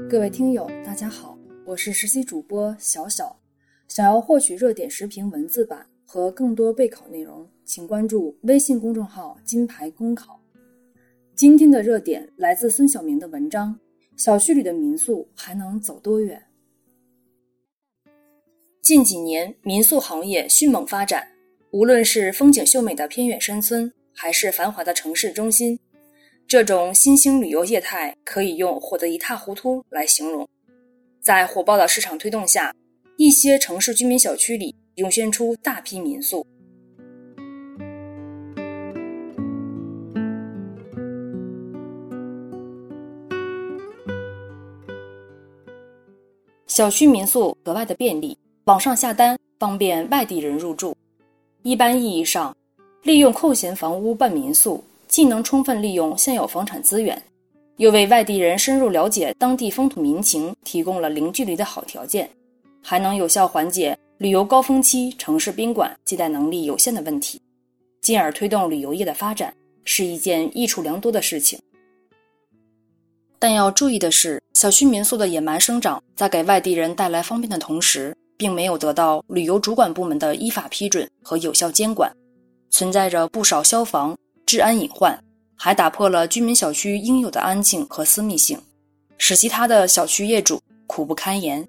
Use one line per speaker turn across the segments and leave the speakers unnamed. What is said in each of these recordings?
各位听友大家好，我是实习主播小小。想要获取热点时评文字版和更多备考内容，请关注微信公众号金牌公考。今天的热点来自孙晓明的文章，小区里的民宿还能走多远？近几年民宿行业迅猛发展，无论是风景秀美的偏远山村，还是繁华的城市中心，这种新兴旅游业态可以用火得一塌糊涂来形容。在火爆的市场推动下，一些城市居民小区里涌现出大批民宿。小区民宿格外的便利，网上下单方便外地人入住。一般意义上，利用空闲房屋办民宿，既能充分利用现有房产资源，又为外地人深入了解当地风土民情提供了零距离的好条件，还能有效缓解旅游高峰期城市宾馆接待能力有限的问题，进而推动旅游业的发展，是一件益处良多的事情。但要注意的是，小区民宿的野蛮生长在给外地人带来方便的同时，并没有得到旅游主管部门的依法批准和有效监管，存在着不少消防、治安隐患，还打破了居民小区应有的安静和私密性，使其他的小区业主苦不堪言。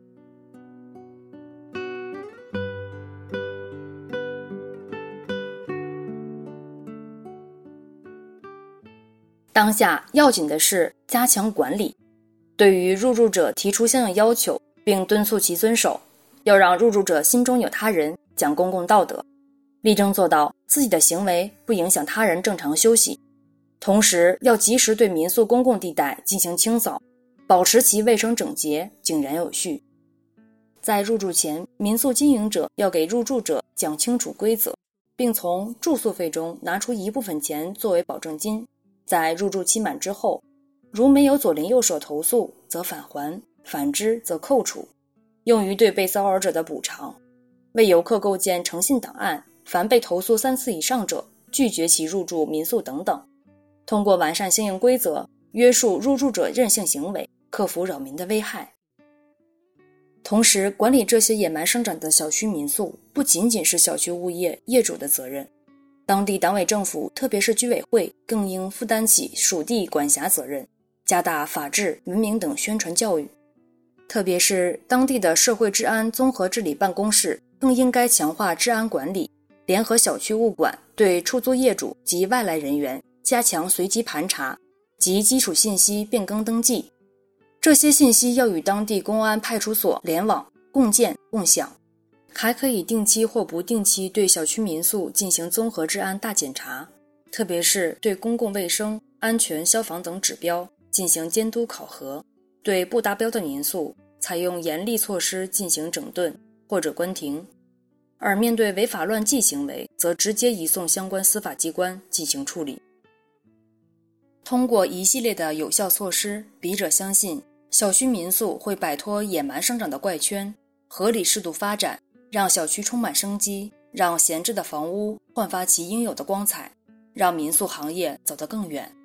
当下要紧的是加强管理，对于入住者提出相应要求，并敦促其遵守，要让入住者心中有他人，讲公共道德，力争做到自己的行为不影响他人正常休息。同时要及时对民宿公共地带进行清扫，保持其卫生整洁、井然有序。在入住前，民宿经营者要给入住者讲清楚规则，并从住宿费中拿出一部分钱作为保证金。在入住期满之后，如没有左邻右舍投诉，则返还，反之则扣除，用于对被骚扰者的补偿。为游客构建诚信档案，凡被投诉3次以上者，拒绝其入住民宿等等。通过完善相应规则，约束入住者任性行为，克服扰民的危害。同时，管理这些野蛮生长的小区民宿，不仅仅是小区物业业主的责任，当地党委政府，特别是居委会，更应负担起属地管辖责任，加大法治、文明等宣传教育。特别是当地的社会治安综合治理办公室，更应该强化治安管理，联合小区物管对出租业主及外来人员加强随机盘查及基础信息变更登记。这些信息要与当地公安派出所联网，共建共享。还可以定期或不定期对小区民宿进行综合治安大检查，特别是对公共卫生、安全、消防等指标进行监督考核，对不达标的民宿采用严厉措施进行整顿或者关停，而面对违法乱纪行为，则直接移送相关司法机关进行处理。通过一系列的有效措施，笔者相信小区民宿会摆脱野蛮生长的怪圈，合理适度发展，让小区充满生机，让闲置的房屋焕发其应有的光彩，让民宿行业走得更远。